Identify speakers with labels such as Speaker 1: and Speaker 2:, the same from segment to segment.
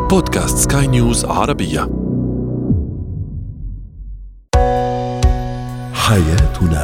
Speaker 1: بودكاست سكاي نيوز عربية. حياتنا.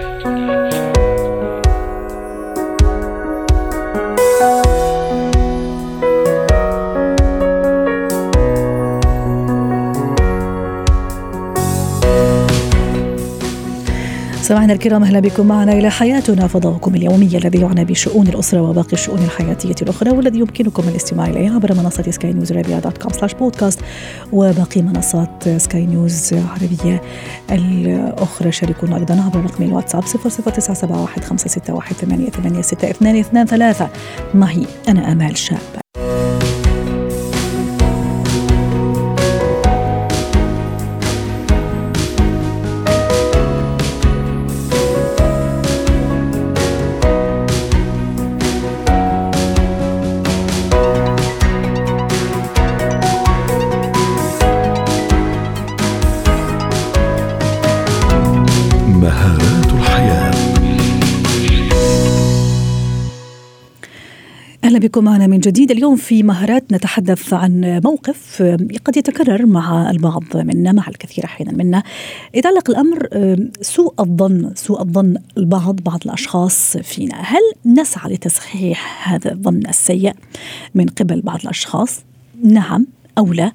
Speaker 2: سمعنا الكرام، أهلا بكم معنا إلى حياتنا، فضاؤكم اليومي الذي يعنى بشؤون الأسرة وباقي الشؤون الحياتية الأخرى، والذي يمكنكم الاستماع إليه عبر منصة سكاي نيوز arabia.com/podcast وباقي منصات سكاي نيوز عربية الأخرى. شاركونا أيضا عبر رقم الواتساب 00971561886223. معي أنا آمال شاب.
Speaker 1: مهارات الحياة.
Speaker 2: أهلا بكم معنا من جديد. اليوم في مهارات نتحدث عن موقف قد يتكرر مع البعض منا، مع الكثير أحيانا منا. يتعلق الأمر سوء الظن بعض الأشخاص فينا. هل نسعى لتصحيح هذا الظن السيء من قبل بعض الأشخاص؟ نعم أو لا؟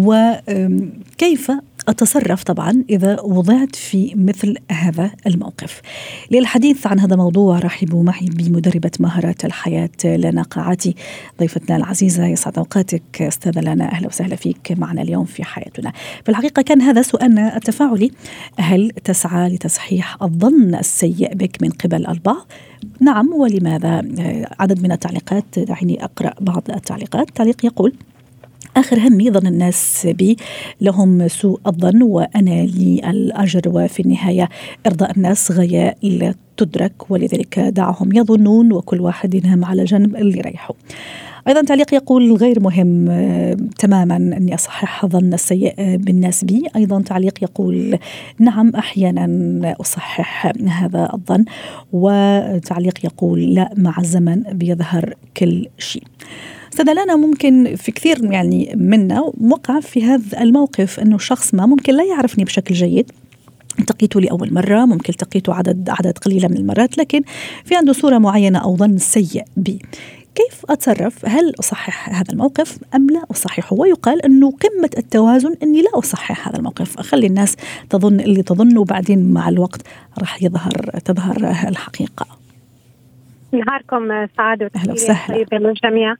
Speaker 2: وكيف أتصرف طبعا إذا وضعت في مثل هذا الموقف؟ للحديث عن هذا الموضوع رحبوا معي بمدربة مهارات الحياة لنا قاعاتي، ضيفتنا العزيزة. يسعد أوقاتك أستاذة لنا، أهلا وسهلا فيك معنا اليوم في حياتنا. في الحقيقة كان هذا سؤالنا التفاعلي: هل تسعى لتصحيح الظن السيء بك من قبل البعض؟ نعم، ولماذا؟ عدد من التعليقات، دعيني أقرأ بعض التعليقات. تعليق يقول: آخر همي ظن الناس بي، لهم سوء الظن وأنا لي الأجر، وفي النهاية إرضاء الناس غاية لا تدرك، ولذلك دعهم يظنون وكل واحد ينام على جنب اللي يريحه. أيضا تعليق يقول: غير مهم تماما أني أصحح ظن السيء بالناس بي. أيضا تعليق يقول: نعم أحيانا أصحح هذا الظن. وتعليق يقول: لا، مع الزمن بيظهر كل شيء. أستاذة لنا، ممكن في كثير منا وقع في هذا الموقف أنه شخص ما ممكن لا يعرفني بشكل جيد، التقيته لأول مرة، ممكن التقيته عدد قليلة من المرات، لكن في عنده صورة معينة أو ظن سيء بي. كيف أتصرف؟ هل أصحح هذا الموقف أم لا أصححه؟ ويقال أنه قمة التوازن أني لا أصحح هذا الموقف، أخلي الناس تظن اللي تظن، وبعدين مع الوقت راح تظهر الحقيقة.
Speaker 3: نهاركم سعادة
Speaker 2: وتحية
Speaker 3: طيبة للجميع.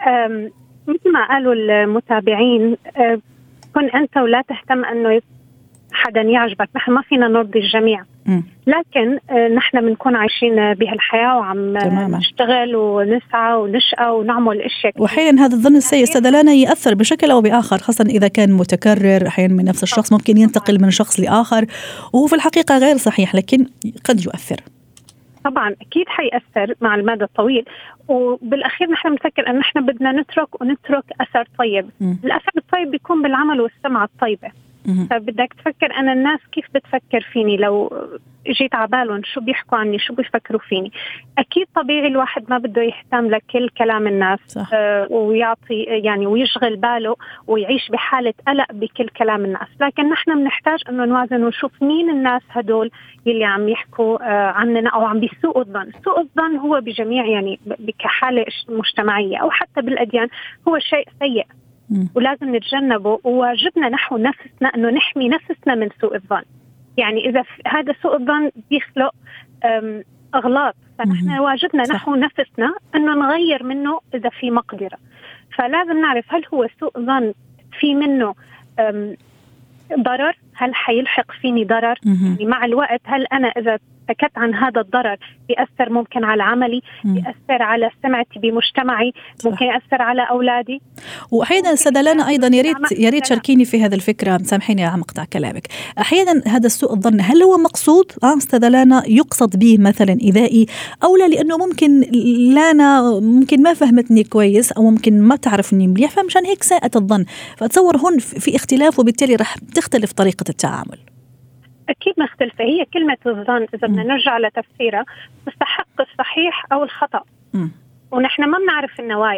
Speaker 3: مثل ما قالوا المتابعين، كن أنت ولا تهتم أنه حدا يعجبك. نحن ما فينا نرضي الجميع، لكن نحن بنكون عايشين بهالحياة وعم نشتغل ونسعى ونشقى ونعمل أشياء.
Speaker 2: وأحيانا هذا الظن السيء أستاذة لنا يأثر بشكل أو بآخر، خاصة إذا كان متكرر. أحيانا من نفس الشخص ممكن ينتقل من شخص لآخر وهو في الحقيقة غير صحيح، لكن قد يؤثر.
Speaker 3: طبعا أكيد حيأثر مع المدى الطويل، وبالأخير نحن بنفكر أن نحن بدنا نترك أثر طيب. الأثر الطيب بيكون بالعمل والسمعة الطيبة. فبدك تفكر أنا الناس كيف بتفكر فيني، لو جيت عبالهم شو بيحكوا عني، شو بيفكروا فيني. أكيد طبيعي الواحد ما بده يهتم لكل كلام الناس، ويعطي ويشغل باله ويعيش بحالة قلق بكل كلام الناس. لكن نحن بنحتاج أنه نوازن ونشوف مين الناس هدول اللي عم يحكوا عننا أو عم بيسوء الظن. سوء الظن هو بجميع كحالة مجتمعية أو حتى بالأديان هو شيء سيء ولازم نتجنبه، وواجبنا نحو نفسنا أنه نحمي نفسنا من سوء الظن. إذا هذا سوء الظن بيخلق أغلاط، فنحن واجبنا نحو نفسنا أنه نغير منه إذا في مقدرة. فلازم نعرف هل هو سوء ظن في منه ضرر، هل حيلحق فيني ضرر مع الوقت، هل أنا إذا سكت عن هذا الضرر بيأثر ممكن على عملي، بيأثر على سمعتي بمجتمعي، ممكن يأثر على أولادي.
Speaker 2: وأحيانا أستاذة لنا أيضا يا ريت شاركيني في هذا الفكرة، سامحيني عم أقطع كلامك. أحيانا هذا السوء الظن هل هو مقصود؟ أستاذة لنا يقصد به مثلا إيذائي، أو لا لأنه ممكن لانا ممكن ما فهمتني كويس أو ممكن ما تعرفني مليح، فمشان هيك ساءت الظن. فأتصور هون في اختلاف، وبالتالي رح تختلف طريقة التعامل.
Speaker 3: أكيد مختلفة. هي كلمة الظن إذا بدنا نرجع لتفسيرها تستحق الصحيح أو الخطأ، ونحن ما بنعرف النوايا.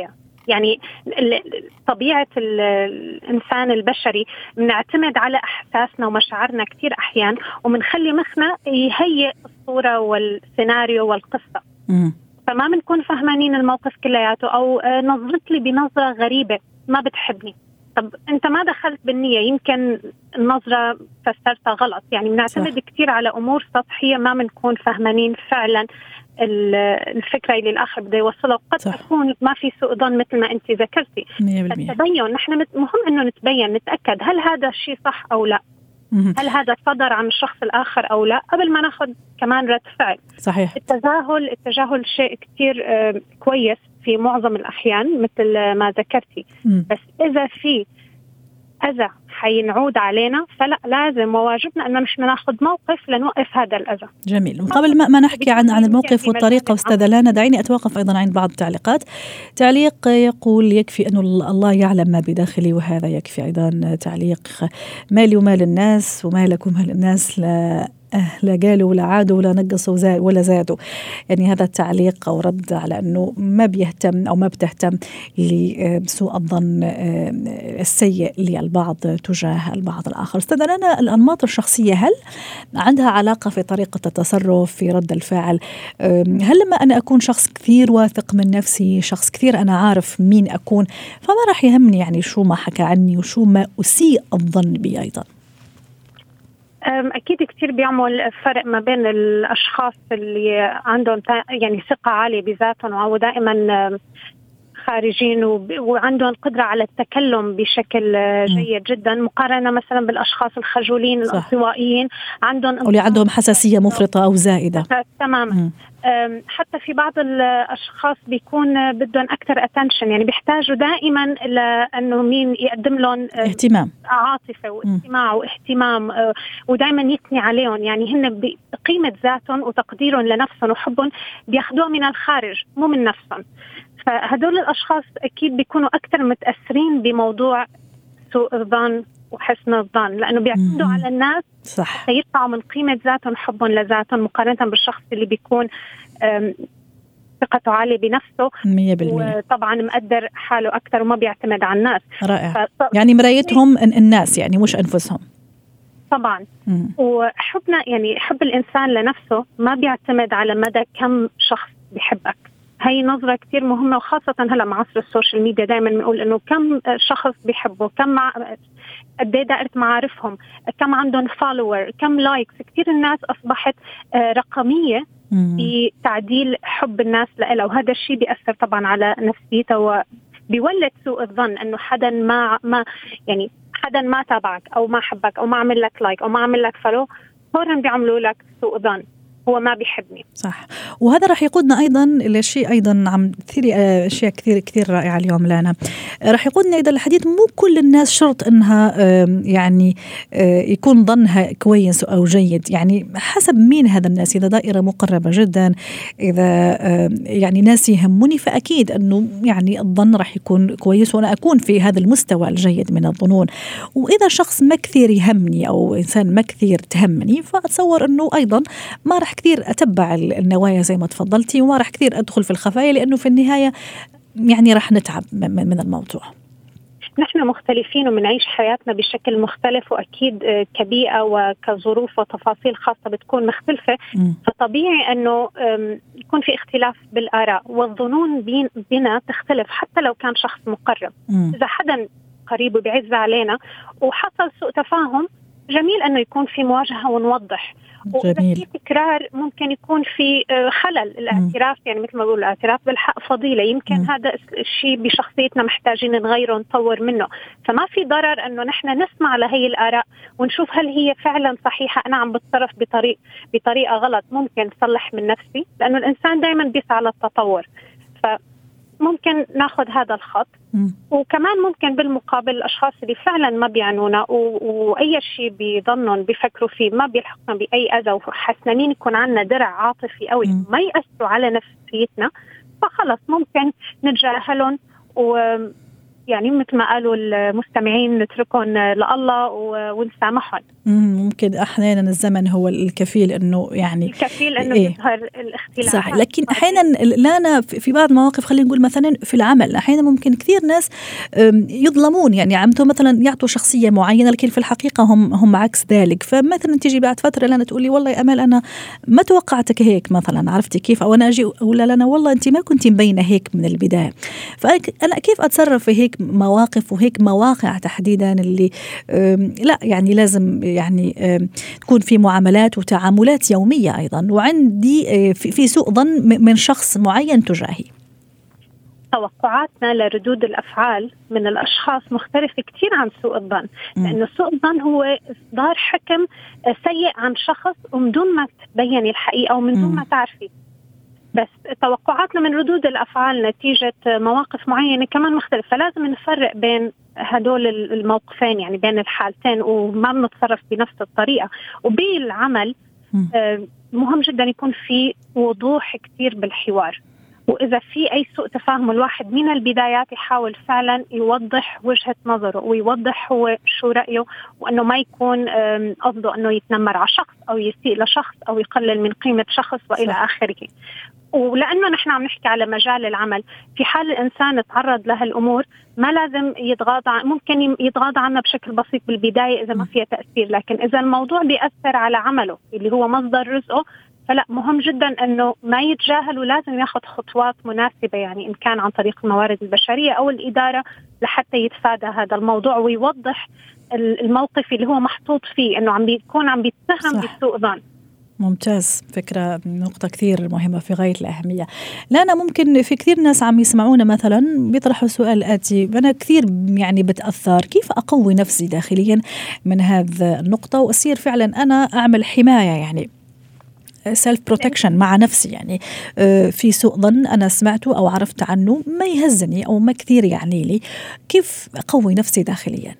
Speaker 3: يعني طبيعة الإنسان البشري بنعتمد على إحساسنا ومشاعرنا كتير أحيان، ومنخلي مخنا يهيئ الصورة والسيناريو والقصة. فما بنكون فهمانين الموقف كلياته، أو نظرت لي بنظرة غريبة ما بتحبني. طب أنت ما دخلت بالنية، يمكن النظرة فسرتها غلط. يعني بنعتمد كتير على أمور سطحية ما بنكون فهمانين فعلا الفكرة اللي الآخر بده يوصلها، وقد تكون ما في سوء ظن مثل ما أنت ذكرتي. التبين، نحن مهم إنه نتبين، نتأكد هل هذا الشيء صح أو لا، هل هذا صدر عن الشخص الآخر أو لا، قبل ما ناخذ كمان رد فعل.
Speaker 2: صحيح.
Speaker 3: التجاهل شيء كتير كويس في معظم الأحيان مثل ما ذكرتي، بس إذا في أذى حينعود علينا فلا، لازم وواجبنا أن نحن ناخذ موقف لنوقف هذا الأذى.
Speaker 2: جميل. قبل ما نحكي عن الموقف والطريقة واستاذ لانا، دعيني أتوقف أيضا عند بعض التعليقات. تعليق يقول يكفي أن الله يعلم ما بداخلي، وهذا يكفي. أيضا تعليق مالي ومال الناس وما لكم هل الناس لا قالوا ولا عادوا ولا نقصوا ولا زادوا. يعني هذا التعليق أو رد على أنه ما بيهتم أو ما بتهتم لسوء الظن السيء للبعض تجاه البعض الآخر. استاذ لانا، الأنماط الشخصية هل عندها علاقة في طريقة التصرف، في رد الفعل؟ هل لما أنا أكون شخص كثير واثق من نفسي، شخص كثير أنا عارف مين أكون، فما راح يهمني يعني شو ما حكى عني وشو ما أسيء الظن بي أيضا؟
Speaker 3: أكيد كتير بيعمل فرق ما بين الأشخاص اللي عندهم يعني ثقة عالية بذاتهم ودائما خارجين وعندهم قدرة على التكلم بشكل جيد جدا، مقارنة مثلا بالأشخاص الخجولين الانطوائيين عندهم
Speaker 2: حساسية مفرطة أو زائدة.
Speaker 3: تماما. حتى في بعض الأشخاص بيكون بدهم أكثر attention، يعني بيحتاجوا دائما لأنه مين يقدم لهم
Speaker 2: اهتمام،
Speaker 3: عاطفة واستماع واهتمام، ودائما يثني عليهم. يعني هن بقيمة ذاتهم وتقديرهم لنفسهم وحبهم بياخدوه من الخارج مو من نفسهم. فهدول الأشخاص أكيد بيكونوا أكثر متأثرين بموضوع سوء الظن وحسن الظن، لأنه بيعتمدوا على الناس سيرفعوا من قيمة ذاتهم حبهم لذاتهم، مقارنة بالشخص اللي بيكون ثقته عالية بنفسه
Speaker 2: 100%،
Speaker 3: وطبعا مقدر حاله أكثر وما بيعتمد على الناس.
Speaker 2: رائع. يعني مرايتهم الناس، يعني مش أنفسهم.
Speaker 3: طبعا. وحبنا، يعني حب الإنسان لنفسه ما بيعتمد على مدى كم شخص بيحبك. هاي نظرة كتير مهمة، وخاصة هلا مع عصر السوشيال ميديا دائما بنقول إنه كم شخص بيحبه، كم قد ايه دائرة معارفهم، كم عندهم فولوور، كم لايكس. كتير الناس أصبحت رقمية في تعديل حب الناس لها، وهذا الشيء بيأثر طبعا على نفسيته وبيولد سوء الظن إنه حدا ما تابعك أو ما حبك أو ما عمل لك لايك أو ما عمل لك فولو، فورا بيعملوا لك سوء ظن، هو ما بيحبني.
Speaker 2: صح. وهذا راح يقودنا أيضا لشيء أيضا عم كثير أشياء كثير رائعة اليوم لانا، راح يقودنا أيضا الحديث مو كل الناس شرط أنها يعني يكون ظنها كويس أو جيد، يعني حسب مين هذا الناس. إذا دائرة مقربة جدا، إذا يعني ناس يهموني، فأكيد أنه يعني الظن راح يكون كويس وأنا أكون في هذا المستوى الجيد من الظنون. وإذا شخص ما كثير يهمني أو إنسان ما كثير تهمني، فأتصور أنه أيضا ما راح كثير أتبع النوايا زي ما تفضلتي، وما راح كثير أدخل في الخفايا، لأنه في النهاية يعني راح نتعب من الموضوع.
Speaker 3: نحن مختلفين ومنعيش حياتنا بشكل مختلف، وأكيد كبيئة وكظروف وتفاصيل خاصة بتكون مختلفة. فطبيعي أنه يكون في اختلاف بالآراء، والظنون بنا تختلف حتى لو كان شخص مقرب. إذا حدا قريب وبيعز علينا وحصل سوء تفاهم، جميل أنه يكون في مواجهة ونوضح. وإذا في تكرار ممكن يكون في خلل. الاعتراف، يعني مثل ما بقول، الاعتراف بالحق فضيلة. يمكن هذا الشيء بشخصيتنا محتاجين نغيره ونطور منه. فما في ضرر أنه نحن نسمع لهي الآراء ونشوف هل هي فعلا صحيحة، أنا عم بتصرف بطريقة غلط، ممكن صلح من نفسي، لأنه الإنسان دايما بيسعى للتطور. ممكن ناخذ هذا الخط. وكمان ممكن بالمقابل الأشخاص اللي فعلا ما بيعنونا وأي شيء بيظنون بيفكروا فيه ما بيلحقنا بأي أذى، وحسنين يكون عنا درع عاطفي قوي ما يأثروا على نفسيتنا، فخلص ممكن نتجاهلهم يعني مثل ما قالوا المستمعين نتركهم لله ونسامحهم.
Speaker 2: ممكن أحيانا الزمن هو الكفيل إنه يعني
Speaker 3: الكفيل إنه يظهر الاختلاف.
Speaker 2: صح، لكن أحيانا لا أنا في بعض المواقف خلينا نقول مثلا في العمل أحيانا ممكن كثير ناس يظلمون، يعني عمتوا مثلا يعطوا شخصية معينة لكن في الحقيقة هم عكس ذلك. فمثلا تيجي بعد فترة لنا تقولي والله يا أمل أنا ما توقعتك هيك مثلا، عرفتي كيف؟ أو أنا أجي أقول لنا والله أنت ما كنت مبينة هيك من البداية. فأنا كيف أتصرف في هيك مواقف وهيك مواقع تحديدا اللي لا يعني لازم يعني تكون في معاملات وتعاملات يومية أيضا، وعندي في سوء ظن من شخص معين تجاهي.
Speaker 3: توقعاتنا لردود الأفعال من الأشخاص مختلفة كتير عن سوء الظن، لأنه سوء الظن هو إصدار حكم سيء عن شخص ومن دون ما تبين الحقيقة ومن دون ما تعرفي. بس توقعاتنا من ردود الأفعال نتيجة مواقف معينة كمان مختلفة. فلازم نفرق بين هدول الموقفين، يعني بين الحالتين، وما بنتصرف بنفس الطريقة. وبالعمل مهم جدا يكون في وضوح كتير بالحوار، وإذا في أي سوء تفاهم الواحد من البدايات يحاول فعلا يوضح وجهة نظره ويوضح هو شو رأيه، وأنه ما يكون قصده أنه يتنمر على شخص أو يسيء لشخص أو يقلل من قيمة شخص وإلى آخره. ولأنه نحن عم نحكي على مجال العمل، في حال الإنسان تعرض لها الأمور ما لازم يتغاضى، ممكن يتغاضى عنها بشكل بسيط بالبداية إذا ما فيها تأثير، لكن إذا الموضوع بيأثر على عمله اللي هو مصدر رزقه فلا، مهم جدا أنه ما يتجاهل ولازم ياخد خطوات مناسبة، يعني إن كان عن طريق الموارد البشرية أو الإدارة لحتى يتفادى هذا الموضوع ويوضح الموقف اللي هو محطوط فيه، أنه عم بيتهم بسوء ظن.
Speaker 2: ممتاز، فكرة نقطة كثير مهمة في غاية الأهمية. لا أنا ممكن في كثير ناس عم يسمعونا مثلا بيطرحوا سؤال الآتي: أنا كثير يعني بتأثر، كيف أقوي نفسي داخليا من هذا النقطة وأصير فعلا أنا أعمل حماية، يعني سيلف بروتكشن مع نفسي، يعني في سوء ظن أنا سمعته أو عرفت عنه ما يهزني أو ما كثير يعني لي، كيف أقوي نفسي داخليا؟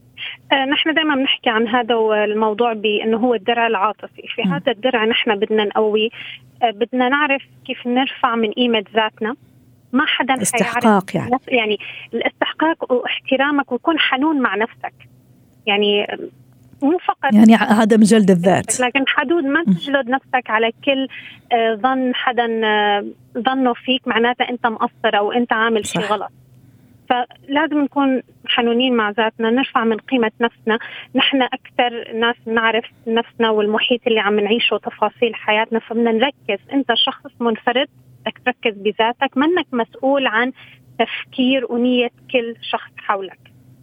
Speaker 3: نحن دائما بنحكي عن هذا الموضوع بأنه هو الدرع العاطفي. في هذا الدرع نحن بدنا نقوي، بدنا نعرف كيف نرفع من قيمة ذاتنا. ما حدا
Speaker 2: استحقاق
Speaker 3: يعني الاستحقاق واحترامك ويكون حنون مع نفسك، يعني مو فقط
Speaker 2: يعني عدم جلد الذات،
Speaker 3: لكن حدود ما تجلد نفسك على كل ظن حدا ظنه فيك معناته أنت مقصر أو أنت عامل شيء غلط. فلازم نكون حنونين مع ذاتنا، نرفع من قيمة نفسنا. نحن أكثر ناس نعرف نفسنا والمحيط اللي عم نعيشه وتفاصيل حياتنا، فبدنا نركز. أنت شخص منفرد، بدك تركز بذاتك، منك مسؤول عن تفكير ونية كل شخص حولك.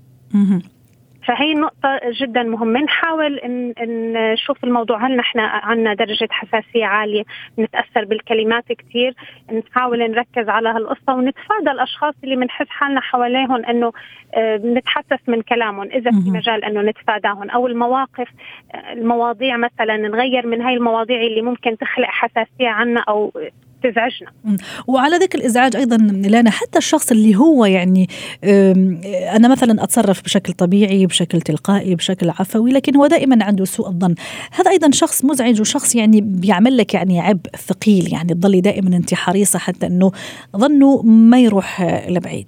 Speaker 3: فهي نقطة جدا مهمة. نحاول إن نشوف الموضوع، هل نحن عنا درجة حساسية عالية، نتأثر بالكلمات كتير، نحاول نركز على هالقصة ونتفادى الأشخاص اللي بنحس حالنا حواليهم إنه نتحسس من كلامهم إذا في مجال إنه نتفاداهم، أو المواضيع مثلا نغير من هاي المواضيع اللي ممكن تخلق حساسية عنا أو تزعجنا.
Speaker 2: وعلى ذلك الإزعاج أيضا لنا حتى الشخص اللي هو يعني أنا مثلا أتصرف بشكل طبيعي بشكل تلقائي بشكل عفوي، لكن هو دائما عنده سوء الظن، هذا أيضا شخص مزعج وشخص يعني بيعمل لك يعني عبء ثقيل، يعني تضلي دائما أنت حريصة حتى أنه ظنه ما يروح لبعيد.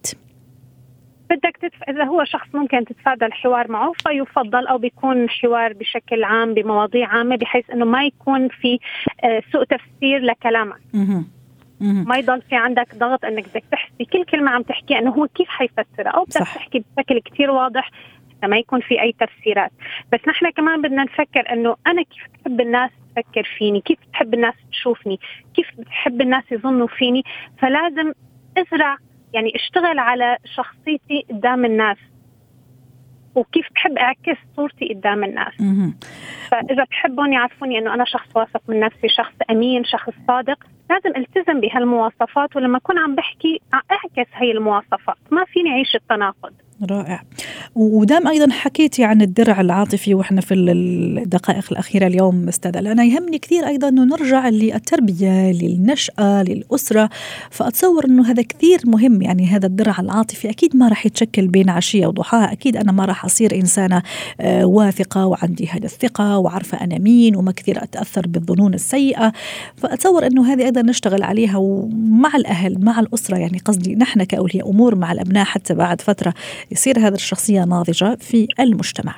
Speaker 3: بدك إذا هو شخص ممكن تتفادى الحوار معه فيفضل، أو بيكون حوار بشكل عام بمواضيع عامة بحيث أنه ما يكون في سوء تفسير لكلامك. ما يضل في عندك ضغط أنك بدك تحكي كل كلمة عم تحكي أنه هو كيف حيفسرها، أو بدك تحكي بشكل كتير واضح ما يكون في أي تفسيرات. بس نحن كمان بدنا نفكر أنه أنا كيف بحب الناس تفكر فيني، كيف بحب الناس تشوفني، كيف بحب الناس يظنوا فيني. فلازم أزرع، يعني اشتغل على شخصيتي قدام الناس، وكيف بحب أعكس صورتي قدام الناس. فإذا بحبون يعرفوني أنه أنا شخص واثق من نفسي، شخص أمين، شخص صادق، لازم التزم بهالمواصفات، ولما أكون عم بحكي أعكس هاي المواصفات. ما فيني أعيش التناقض.
Speaker 2: رائع. ودام أيضا حكيتي عن الدرع العاطفي وإحنا في الدقائق الأخيرة اليوم أستاذة، أنا يهمني كثير أيضا أنه نرجع للتربية، للنشأة، للأسرة. فأتصور أنه هذا كثير مهم، يعني هذا الدرع العاطفي أكيد ما راح يتشكل بين عشية وضحاها. أكيد أنا ما راح أصير إنسانة واثقة وعندي هذا الثقة وعارفة أنا مين وما كثير أتأثر بالظنون السيئة. فأتصور أنه هذه أيضا نشتغل عليها ومع الأهل مع الأسرة، يعني قصدي نحن كأولياء أمور مع الأبناء حتى بعد فترة يصير هذا الشخصية ناضجة في المجتمع.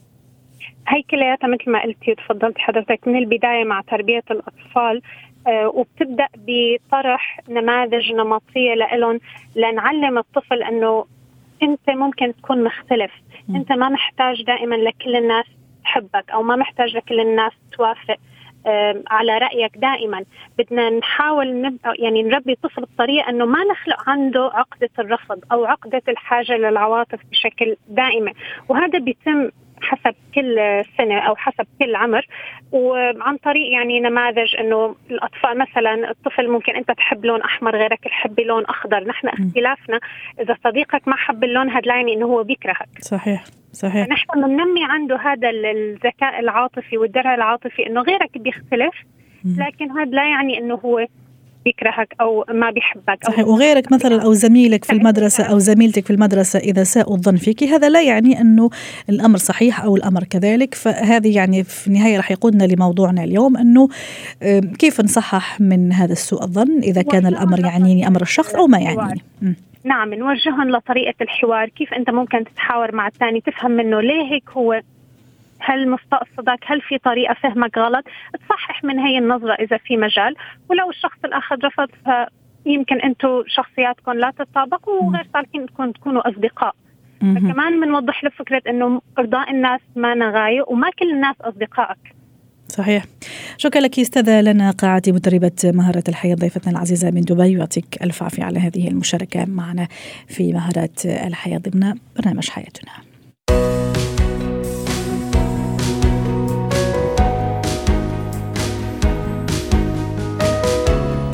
Speaker 3: هي كلياتها مثل ما قلتي وتفضلت حضرتك من البداية مع تربية الأطفال، وبتبدأ بطرح نماذج نمطية لهم لنعلم الطفل أنه أنت ممكن تكون مختلف. أنت ما محتاج دائما لكل الناس تحبك أو ما محتاج لكل الناس توافق على رأيك دائما. بدنا نحاول يعني نربي الطفل بطريقة أنه ما نخلق عنده عقدة الرفض أو عقدة الحاجة للعواطف بشكل دائم، وهذا بيتم حسب كل سنة أو حسب كل عمر، وعن طريق يعني نماذج أنه الأطفال مثلا الطفل ممكن أنت تحب لون أحمر غيرك يحب لون أخضر، نحن اختلافنا إذا صديقك ما حب اللون هذا لا يعني أنه هو بيكرهك.
Speaker 2: صحيح.
Speaker 3: نحن بننمي عنده هذا الذكاء العاطفي والدرع العاطفي أنه غيرك بيختلف، لكن هذا لا يعني أنه هو بيكرهك أو ما بيحبك.
Speaker 2: صحيح. وغيرك مثلا أو زميلك في المدرسة أو زميلتك في المدرسة إذا ساءوا الظن فيك، هذا لا يعني أنه الأمر صحيح أو الأمر كذلك. فهذه يعني في النهاية رح يقودنا لموضوعنا اليوم، أنه كيف نصحح من هذا السوء الظن إذا كان الأمر يعنيني أمر الشخص أو ما يعنيني.
Speaker 3: نعم، نوجههم لطريقة الحوار، كيف أنت ممكن تتحاور مع الثاني تفهم منه ليه هيك هو، هل مستقصدك، هل في طريقة فهمك غلط، تصحح من هي النظرة إذا في مجال. ولو الشخص الآخر رفض فيمكن أنتوا شخصياتكم لا تتطابقوا وغير صالحين تكونوا أصدقاء. فكمان بنوضح له فكرة أنه إرضاء الناس ما نغاية وما كل الناس أصدقائك.
Speaker 2: صحيح. شكرا لك أستاذة لنا قاعدي مدربة مهارة الحياة ضيفتنا العزيزة من دبي، ويعطيك ألف عافية على هذه المشاركة معنا في مهارات الحياة ضمن برنامج حياتنا.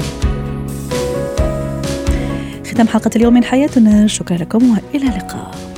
Speaker 2: ختام حلقة اليوم من حياتنا، شكرا لكم وإلى اللقاء.